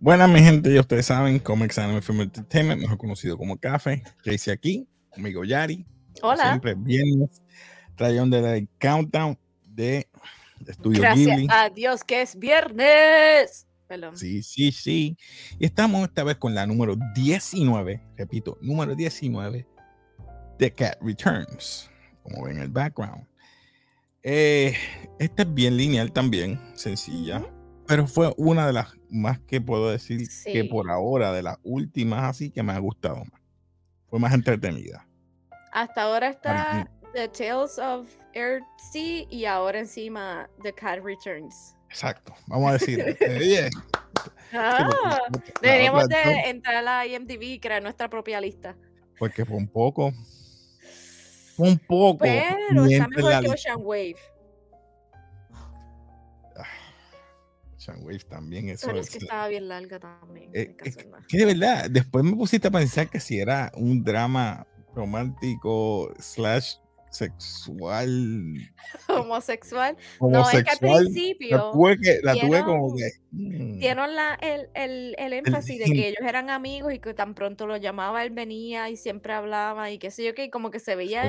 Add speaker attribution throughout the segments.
Speaker 1: Buenas, mi gente, ya ustedes saben, Comics Anime Film Entertainment, mejor conocido como Café. Que hice aquí, conmigo Yari.
Speaker 2: Hola.
Speaker 1: Siempre viernes, trayón del countdown de Estudio
Speaker 2: Gracias
Speaker 1: Ghibli.
Speaker 2: a Dios que es viernes. Perdón.
Speaker 1: Sí. Y estamos esta vez con la número 19, repito, número 19, The Cat Returns, como ven en el background. Esta es bien lineal también, sencilla. Pero fue una de las más que puedo decir que por ahora, de las últimas así que me ha gustado más. Fue más entretenida.
Speaker 2: Hasta ahora está The Tales of Earthsea y ahora encima The Cat Returns.
Speaker 1: Exacto. Vamos a decir.
Speaker 2: Deberíamos de entrar a la IMDb y crear nuestra propia lista.
Speaker 1: Porque fue un poco.
Speaker 2: Pero está mejor que Ocean Wave.
Speaker 1: Ocean Wave también. Eso
Speaker 2: pero es que estaba bien larga también.
Speaker 1: Que de verdad, después me pusiste a pensar que si era un drama romántico / sexual.
Speaker 2: Homosexual. No, es que al principio
Speaker 1: la tuve como que
Speaker 2: dieron el énfasis de que ellos eran amigos y que tan pronto lo llamaba, él venía y siempre hablaba y qué sé yo, que como que se veía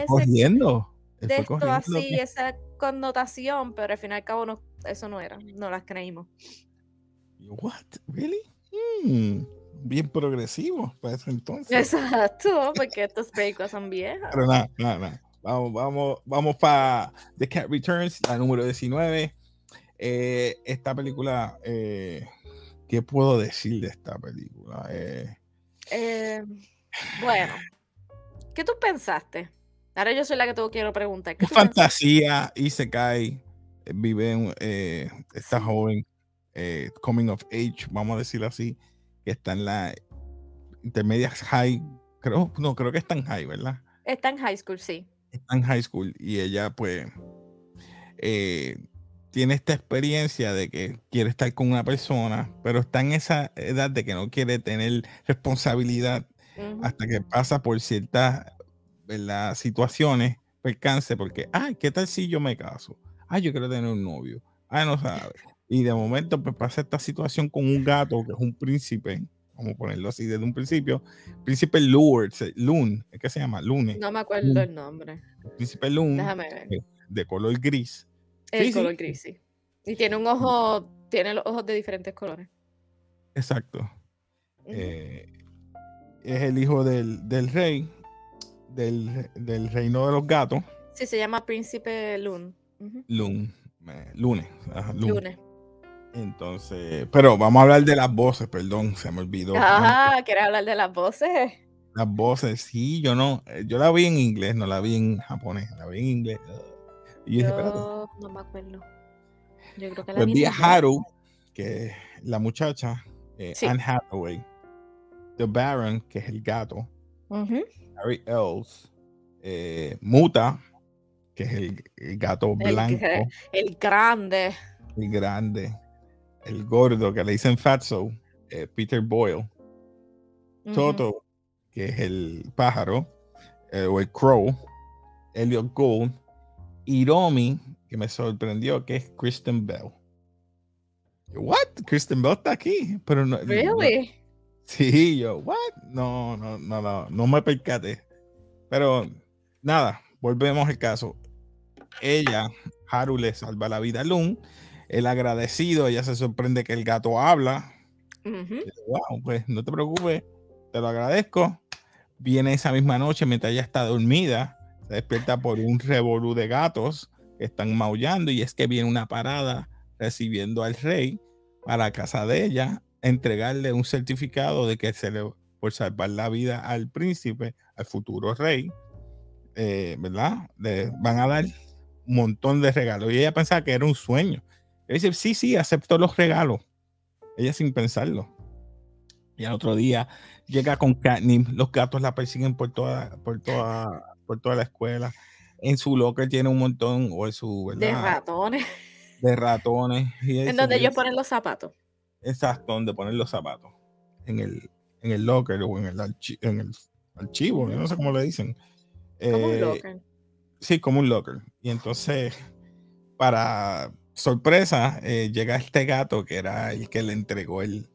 Speaker 2: esa connotación, pero al fin y al cabo no, eso no era, no las creímos.
Speaker 1: What? Really? Bien progresivo para ese entonces.
Speaker 2: Exacto, porque estas películas son viejas.
Speaker 1: Pero nada. Vamos para The Cat Returns, la número 19. Esta película, ¿qué puedo decir de esta película?
Speaker 2: Bueno, ¿qué tú pensaste? Ahora yo soy la que te quiero preguntar.
Speaker 1: ¿Qué fantasía Isekai vive esta joven coming of age, vamos a decirlo así, que está en la intermedia high, creo que está en high, ¿verdad?
Speaker 2: Está en high school, sí.
Speaker 1: Está en high school y ella pues tiene esta experiencia de que quiere estar con una persona, pero está en esa edad de que no quiere tener responsabilidad hasta que pasa por ciertas, ¿verdad?, situaciones, percance, porque, ¿qué tal si yo me caso? Yo quiero tener un novio. No sabe. Y de momento pues pasa esta situación con un gato que es un príncipe, vamos a ponerlo así desde un principio, príncipe Loon, ¿qué se llama? Lune.
Speaker 2: No me acuerdo el nombre.
Speaker 1: Príncipe Loon,
Speaker 2: déjame ver.
Speaker 1: de color gris.
Speaker 2: El color gris, sí. Y tiene un ojo, tiene los ojos de diferentes colores.
Speaker 1: Exacto. Es el hijo del rey, del reino de los gatos.
Speaker 2: Sí, se llama Príncipe Lune.
Speaker 1: Lune. Entonces, pero vamos a hablar de las voces, perdón, se me olvidó.
Speaker 2: ¿Quieres hablar de las voces?
Speaker 1: Las voces, sí, yo la vi en inglés, no la vi en japonés, la vi en inglés. Y yo dije,
Speaker 2: no me acuerdo. Yo creo que
Speaker 1: la vi a Haru, que la muchacha, Anne Hathaway, The Baron, que es el gato, Harry Ells, Muta, que es el gato blanco,
Speaker 2: el grande,
Speaker 1: el gordo, que le dicen Fatso, Peter Boyle, Toto, que es el pájaro, o el crow, Elliot Gould, Hiromi, que me sorprendió, que es Kristen Bell. What? Kristen Bell está aquí, pero no.
Speaker 2: Really?
Speaker 1: Sí, yo, what? No me percaté. Pero nada, volvemos al caso. Ella, Haru, le salva la vida a Loon. El agradecido, ella se sorprende que el gato habla. Wow, pues no te preocupes, te lo agradezco. Viene esa misma noche, mientras ella está dormida, se despierta por un revolú de gatos que están maullando, y es que viene una parada recibiendo al rey para casa de ella, entregarle un certificado de que por salvar la vida al príncipe, al futuro rey, ¿verdad? Le van a dar un montón de regalos. Y ella pensaba que era un sueño. Ella dice, sí, acepto los regalos. Ella sin pensarlo. Y al otro día llega con Catnip, los gatos la persiguen por toda la escuela. En su locker tiene un montón, o en su, ¿verdad?, de ratones.
Speaker 2: En donde ellos ponen los zapatos.
Speaker 1: Exacto, donde ponen los zapatos. En el locker o en el archivo, yo no sé cómo le dicen.
Speaker 2: Como un locker.
Speaker 1: Sí, como un locker. Y entonces, para sorpresa, llega este gato que era el que le entregó el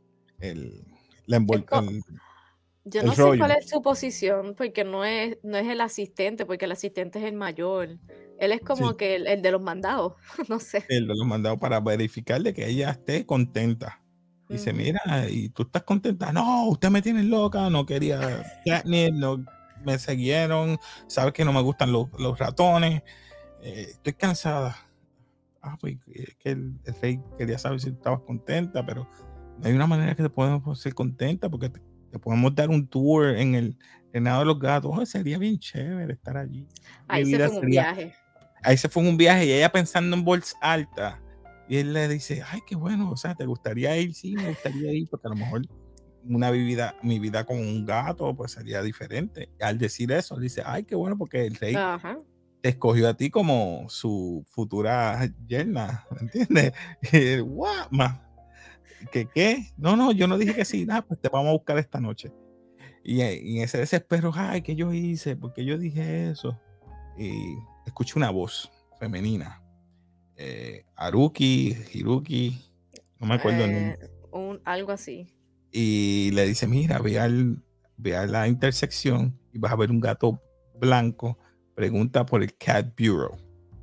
Speaker 1: el,
Speaker 2: Es co- yo
Speaker 1: el
Speaker 2: no sé cuál
Speaker 1: rollo.
Speaker 2: es su posición, porque no es el asistente, porque el asistente es el mayor. Él es
Speaker 1: Sí,
Speaker 2: como que el de los mandados, no sé.
Speaker 1: él lo mandado para verificar de que ella esté contenta. Dice,
Speaker 2: Ujú.
Speaker 1: mira, ¿y tú estás contenta? No, usted me tiene loca, no quería catnip, no me siguieron, sabes que no me gustan los ratones, estoy cansada. Ah, pues que el rey quería saber si estabas contenta, pero no hay una manera que te podemos hacer contenta porque te podemos dar un tour en el reinado de los gatos. Oh, sería bien chévere estar allí. Mi
Speaker 2: Ahí se
Speaker 1: vida
Speaker 2: fue en un
Speaker 1: sería.
Speaker 2: viaje.
Speaker 1: Ahí se fue en un viaje y ella pensando en voz alta. Y él le dice, ay, qué bueno, o sea, ¿te gustaría ir? Sí, me gustaría ir, porque a lo mejor mi vida con un gato, pues sería diferente. Al decir eso, dice, ay, qué bueno, porque el rey
Speaker 2: Ajá.
Speaker 1: te escogió a ti como su futura yerna, ¿me entiendes? Y él, "What, ma? ¿Qué? No, no, yo no dije que sí, nada, pues te vamos a buscar esta noche. Y en ese desespero, ay, ¿qué yo hice? ¿Por qué yo dije eso? Y escuché una voz femenina, Haruki, Hiruki, no me acuerdo el nombre.
Speaker 2: Algo así.
Speaker 1: Y le dice, mira, ve a la intersección y vas a ver un gato blanco, pregunta por el Cat Bureau.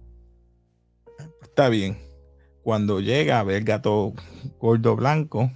Speaker 1: Está bien. Cuando llega, ve el gato gordo blanco,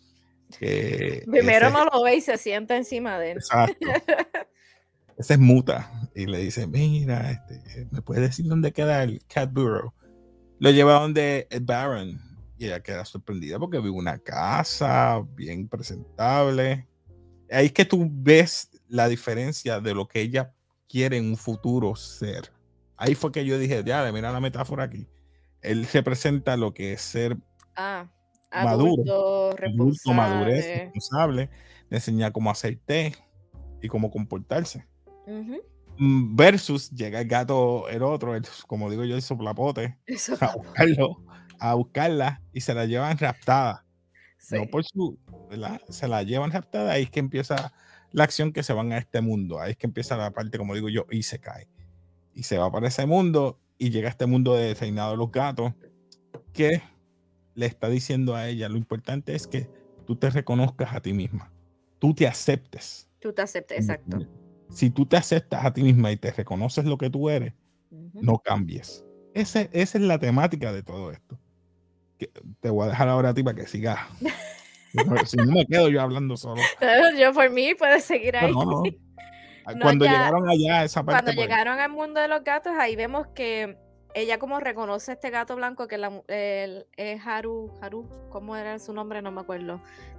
Speaker 1: que
Speaker 2: Primero no lo ve y se sienta encima de él.
Speaker 1: exacto, ese es Muta. Y le dice, mira, ¿me puedes decir dónde queda el Cat Bureau? Lo lleva donde el Baron y ella queda sorprendida porque vive una casa bien presentable. Ahí es que tú ves la diferencia de lo que ella quiere en un futuro ser. Ahí fue que yo dije, ya, mira la metáfora aquí. Él representa lo que es ser
Speaker 2: Ah,
Speaker 1: maduro,
Speaker 2: adulto,
Speaker 1: adulto, madurez,
Speaker 2: responsable.
Speaker 1: responsable, le enseña cómo hacer té y cómo comportarse.
Speaker 2: Ujú.
Speaker 1: Versus llega el gato, el otro, como digo yo, el soplapote,
Speaker 2: Eso
Speaker 1: a
Speaker 2: papo.
Speaker 1: buscarlo, a buscarla y se la llevan raptada. No
Speaker 2: Sí.
Speaker 1: por su, ¿verdad? Se la llevan raptada, ahí es que empieza la acción que se van a este mundo, ahí es que empieza la parte, como digo yo, y se cae. Y se va para ese mundo y llega a este mundo de reinado de los gatos que le está diciendo a ella, lo importante es que tú te reconozcas a ti misma, tú te aceptes.
Speaker 2: Tú te aceptas, exacto.
Speaker 1: Si tú te aceptas a ti misma y te reconoces lo que tú eres,
Speaker 2: Ujú.
Speaker 1: no cambies. Esa es la temática de todo esto. Que te voy a dejar ahora a ti para que sigas. Si no me quedo yo hablando solo.
Speaker 2: Pero yo por mí puedes seguir
Speaker 1: No,
Speaker 2: ahí.
Speaker 1: no, no.
Speaker 2: No,
Speaker 1: Cuando
Speaker 2: ya,
Speaker 1: llegaron allá a esa
Speaker 2: cuando
Speaker 1: parte, pues,
Speaker 2: llegaron al mundo de los gatos, ahí vemos que ella como reconoce a este gato blanco que es Haru, ¿cómo era su nombre? No me acuerdo,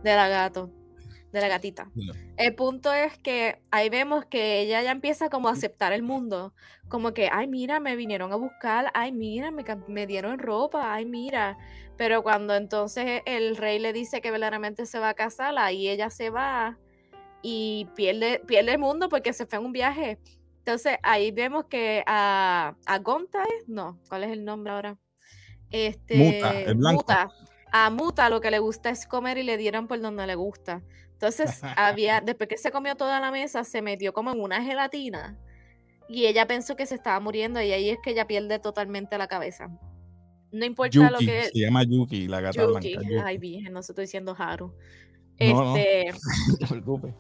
Speaker 2: de la gatita.
Speaker 1: no.
Speaker 2: El punto es que ahí vemos que ella ya empieza como a aceptar el mundo, como que, ay, mira, me vinieron a buscar, ay, mira, me dieron ropa, ay, mira. Pero cuando entonces el rey le dice que verdaderamente se va a casar, ahí ella se va y pierde el mundo porque se fue en un viaje. Entonces ahí vemos que a Gonta, no, ¿cuál es el nombre ahora?
Speaker 1: Muta, el blanco.
Speaker 2: Muta. A Muta lo que le gusta es comer y le dieron por donde le gusta. Entonces después que se comió toda la mesa, se metió como en una gelatina y ella pensó que se estaba muriendo y ahí es que ella pierde totalmente la cabeza. No importa lo
Speaker 1: Yuki,
Speaker 2: que
Speaker 1: se llama Yuki, la gata blanca.
Speaker 2: Yuki, ay,
Speaker 1: Yuki.
Speaker 2: virgen, no se estoy diciendo Haru.
Speaker 1: No, no,
Speaker 2: Este,
Speaker 1: no te preocupes.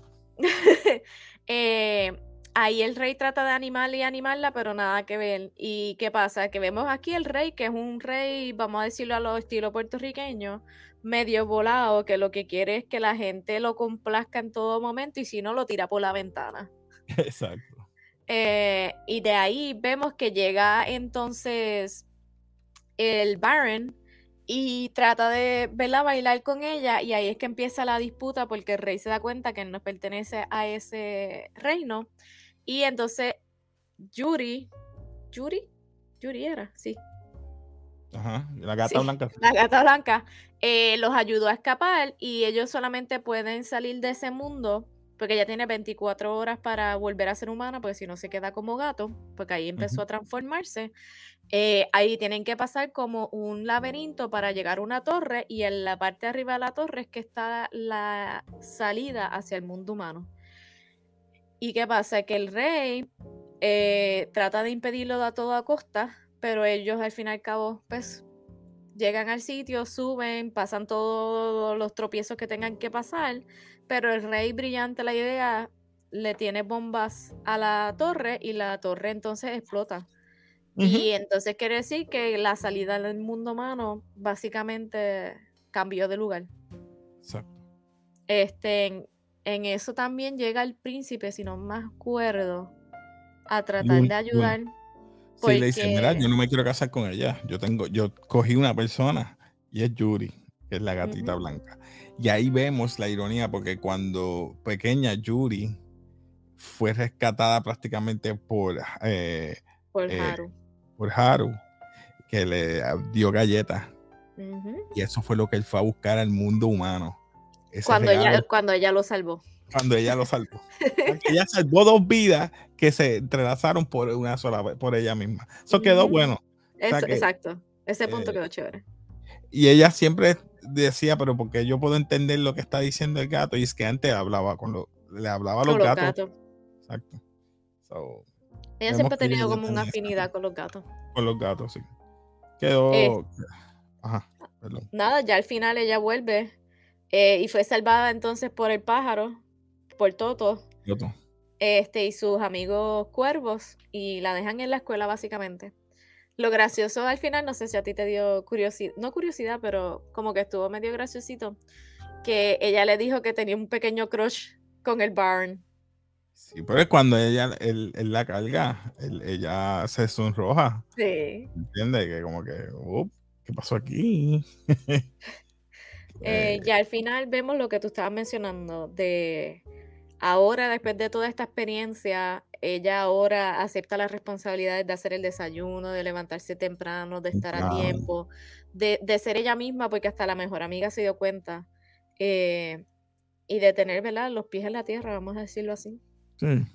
Speaker 2: Eh, ahí el rey trata de animarla y animarla, pero nada que ver. ¿Y qué pasa? Que vemos aquí el rey, que es un rey, vamos a decirlo a lo estilo puertorriqueño, medio volado, que lo que quiere es que la gente lo complazca en todo momento y si no, lo tira por la ventana.
Speaker 1: Exacto.
Speaker 2: Y de ahí vemos que llega entonces el Baron y trata de verla bailar con ella y ahí es que empieza la disputa porque el rey se da cuenta que él no pertenece a ese reino y entonces Yuri, Yuri, Yuri era, sí,
Speaker 1: Ajá, la gata
Speaker 2: sí,
Speaker 1: blanca.
Speaker 2: la gata blanca, los ayudó a escapar y ellos solamente pueden salir de ese mundo porque ella tiene 24 horas para volver a ser humana, porque si no se queda como gato, porque ahí empezó
Speaker 1: Ujú.
Speaker 2: a transformarse. Ahí tienen que pasar como un laberinto para llegar a una torre y en la parte de arriba de la torre es que está la salida hacia el mundo humano. ¿Y qué pasa? Que el rey trata de impedirlo a toda costa, pero ellos al fin y al cabo, pues llegan al sitio, suben, pasan todos los tropiezos que tengan que pasar, pero el rey brillante la idea le tiene bombas a la torre y la torre entonces explota.
Speaker 1: Ujú.
Speaker 2: Y entonces quiere decir que la salida del mundo humano básicamente cambió de lugar.
Speaker 1: Exacto.
Speaker 2: En eso también llega el príncipe, si no me acuerdo, a tratar
Speaker 1: Luna,
Speaker 2: de
Speaker 1: Luna.
Speaker 2: ayudar,
Speaker 1: Sí, le dice, mira,
Speaker 2: porque
Speaker 1: yo no me quiero casar con ella. Yo cogí una persona y es Yuri, que es la gatita
Speaker 2: ujú,
Speaker 1: blanca. Y ahí vemos la ironía, porque cuando pequeña Yuri fue rescatada prácticamente
Speaker 2: por
Speaker 1: eh,
Speaker 2: Haru.
Speaker 1: por Haru, que le dio galletas.
Speaker 2: Ujú.
Speaker 1: Y eso fue lo que él fue a buscar al mundo humano. Ese regalo,
Speaker 2: Cuando ella lo salvó.
Speaker 1: cuando ella lo salvó. O sea, que ella salvó dos vidas que se entrelazaron por una sola vez, por ella misma. Eso quedó
Speaker 2: Ujú.
Speaker 1: bueno. O sea
Speaker 2: Eso,
Speaker 1: que,
Speaker 2: exacto. Ese punto
Speaker 1: eh,
Speaker 2: quedó chévere.
Speaker 1: y ella siempre decía, pero porque yo puedo entender lo que está diciendo el gato, y es que antes le hablaba a los
Speaker 2: Con los
Speaker 1: gatos.
Speaker 2: gatos.
Speaker 1: Exacto. So,
Speaker 2: Ella
Speaker 1: vemos
Speaker 2: siempre ha
Speaker 1: que
Speaker 2: tenido
Speaker 1: ella
Speaker 2: como una
Speaker 1: tenía
Speaker 2: afinidad con los gatos.
Speaker 1: con los gatos, sí.
Speaker 2: Eh,
Speaker 1: Quedó. Ajá, perdón.
Speaker 2: Nada, ya al final ella vuelve y fue salvada entonces por el pájaro, por Toto,
Speaker 1: Gato.
Speaker 2: y sus amigos cuervos, y la dejan en la escuela básicamente. Lo gracioso al final, no sé si a ti te dio curiosidad, no curiosidad, pero como que estuvo medio graciosito, que ella le dijo que tenía un pequeño crush con el Barn.
Speaker 1: Sí, pero es cuando él la carga, ella se sonroja.
Speaker 2: Sí.
Speaker 1: ¿Entiendes? Que como que, ¿qué pasó aquí?
Speaker 2: Ya al final vemos lo que tú estabas mencionando, de ahora, después de toda esta experiencia, ella ahora acepta las responsabilidades de hacer el desayuno, de levantarse temprano, de estar a
Speaker 1: Claro,
Speaker 2: tiempo, de ser ella misma, porque hasta la mejor amiga se dio cuenta, eh, y de tener, ¿verdad?, los pies en la tierra, vamos a decirlo así.
Speaker 1: sí.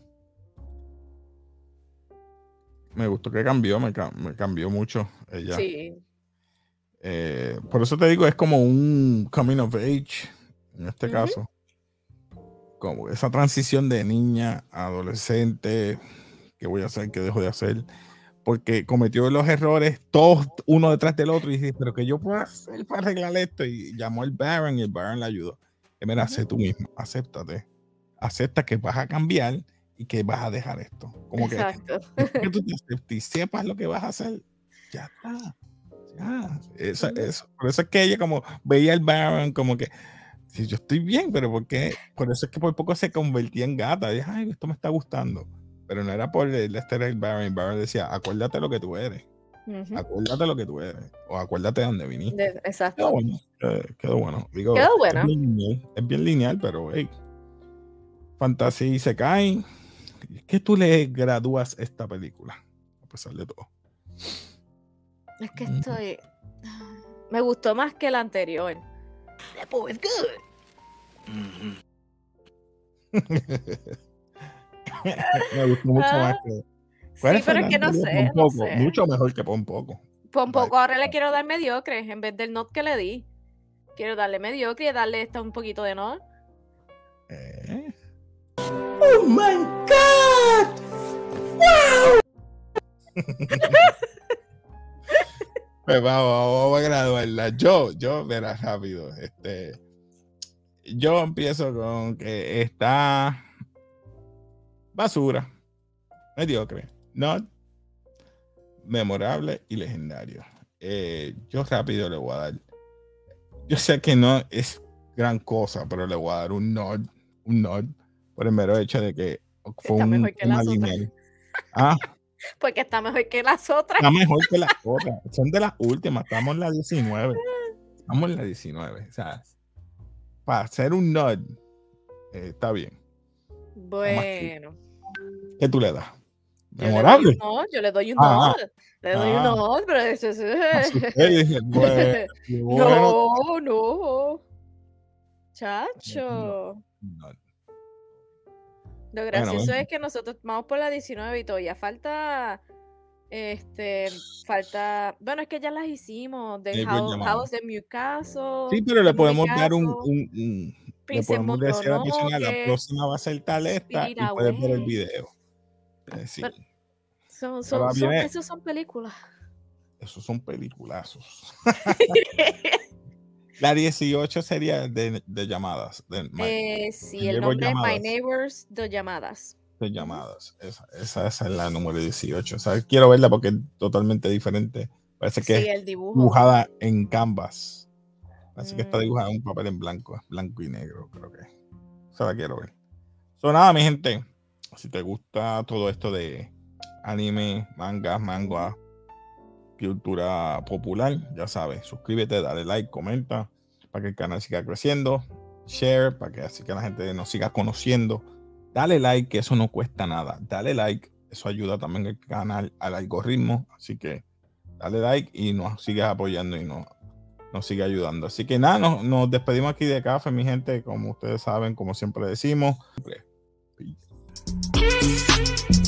Speaker 1: Me gustó que cambió, me cambió mucho ella.
Speaker 2: Sí.
Speaker 1: Por eso te digo, es como un coming of age, en este
Speaker 2: Ujú,
Speaker 1: caso. Como esa transición de niña a adolescente, ¿qué voy a hacer? ¿Qué dejo de hacer? Porque cometió los errores todos uno detrás del otro, y dice, pero ¿qué yo puedo hacer para arreglar esto? Y llamó al Baron y el Baron le ayudó. Que mira, sé
Speaker 2: ujú.
Speaker 1: tú mismo, acéptate, acepta que vas a cambiar y que vas a dejar esto. Como que
Speaker 2: Exacto.
Speaker 1: después que tú te aceptes y sepas lo que vas a hacer, ya está. Ya.
Speaker 2: Ujú.
Speaker 1: Por eso es que ella como veía al Baron como que, si yo estoy bien, pero ¿por qué? Por eso es que por poco se convertía en gata. Dije, ay, esto me está gustando. Pero no era por este era el Baron. El Baron decía, acuérdate lo que tú eres.
Speaker 2: Ujú.
Speaker 1: Acuérdate lo que tú eres. O acuérdate de dónde viniste. Quedó
Speaker 2: Exacto.
Speaker 1: bueno. Quedó bueno. Digo,
Speaker 2: Quedó buena.
Speaker 1: es bien lineal, pero hey, fantasía y se caen. ¿Qué tú le gradúas esta película? A pesar de todo.
Speaker 2: Es que estoy. Me gustó más que la anterior.
Speaker 3: That boy is good.
Speaker 1: Me gustó mucho más
Speaker 2: Ah,
Speaker 1: que. ¿Cuál
Speaker 2: sí,
Speaker 1: es
Speaker 2: pero es que
Speaker 1: Fernando?
Speaker 2: no sé,
Speaker 1: Pon
Speaker 2: no
Speaker 1: poco.
Speaker 2: sé.
Speaker 1: Mucho mejor que Pon poco.
Speaker 2: Por
Speaker 1: By
Speaker 2: poco ahora le
Speaker 1: far.
Speaker 2: quiero dar mediocre en vez del not que le di. Quiero darle mediocre y darle esta un poquito de not.
Speaker 1: Eh,
Speaker 3: Oh my God!
Speaker 1: Pues vamos a graduarla. Verás rápido. Yo empiezo con que está basura, mediocre, not memorable y legendario. Yo rápido le voy a dar. Yo sé que no es gran cosa, pero le voy a dar un nod por el mero hecho de que fue
Speaker 2: Está
Speaker 1: un
Speaker 2: mejor que
Speaker 1: tema
Speaker 2: las otras.
Speaker 1: lineal. Ah,
Speaker 2: Porque está mejor que las otras.
Speaker 1: está mejor que las otras. Son de las últimas. Estamos en la 19. Estamos en la 19. O sea, para hacer un nod, está bien. Está más cool.
Speaker 2: Bueno,
Speaker 1: ¿Qué tú le das?
Speaker 2: yo le doy un
Speaker 1: ¿Memorable?
Speaker 2: not, yo le doy un
Speaker 1: Ah,
Speaker 2: not. Le doy un not, pero eso es.
Speaker 1: asusté y dije, bueno.
Speaker 2: No, no.
Speaker 1: No,
Speaker 2: Chacho.
Speaker 1: no.
Speaker 2: Lo
Speaker 1: Bueno,
Speaker 2: gracioso es que nosotros vamos por la 19 y todavía falta. Bueno, es que ya las hicimos. De
Speaker 1: pues llamamos.
Speaker 2: House de Newcastle,
Speaker 1: Sí, pero le
Speaker 2: Movie
Speaker 1: podemos dar
Speaker 2: Castle,
Speaker 1: le
Speaker 2: Princess
Speaker 1: podemos decir a la persona, la
Speaker 2: Mononoke,
Speaker 1: próxima va a ser tal esta
Speaker 2: Spirit
Speaker 1: y puedes ver el
Speaker 2: Away.
Speaker 1: video. Sí.
Speaker 2: Pero
Speaker 1: Ahora viene,
Speaker 2: esos son películas.
Speaker 1: esos son peliculazos. La 18 sería de llamadas.
Speaker 2: Sí, el nombre es My Neighbors de llamadas.
Speaker 1: De llamadas. Esa es la número 18. O sea, quiero verla porque es totalmente diferente. Parece que
Speaker 2: sí,
Speaker 1: es
Speaker 2: el dibujo.
Speaker 1: dibujada en canvas. Parece que está dibujada en un papel en blanco y negro, creo que. Esa la quiero ver. Nada, mi gente. Si te gusta todo esto de anime, manga, cultura popular, ya sabes, suscríbete, dale like, comenta para que el canal siga creciendo, share para que así que la gente nos siga conociendo, dale like, que eso no cuesta nada, dale like, eso ayuda también al canal, al algoritmo, así que dale like y nos sigue apoyando y nos sigue ayudando. Así que nada, nos despedimos aquí de Café, mi gente, como ustedes saben, como siempre decimos. Peace.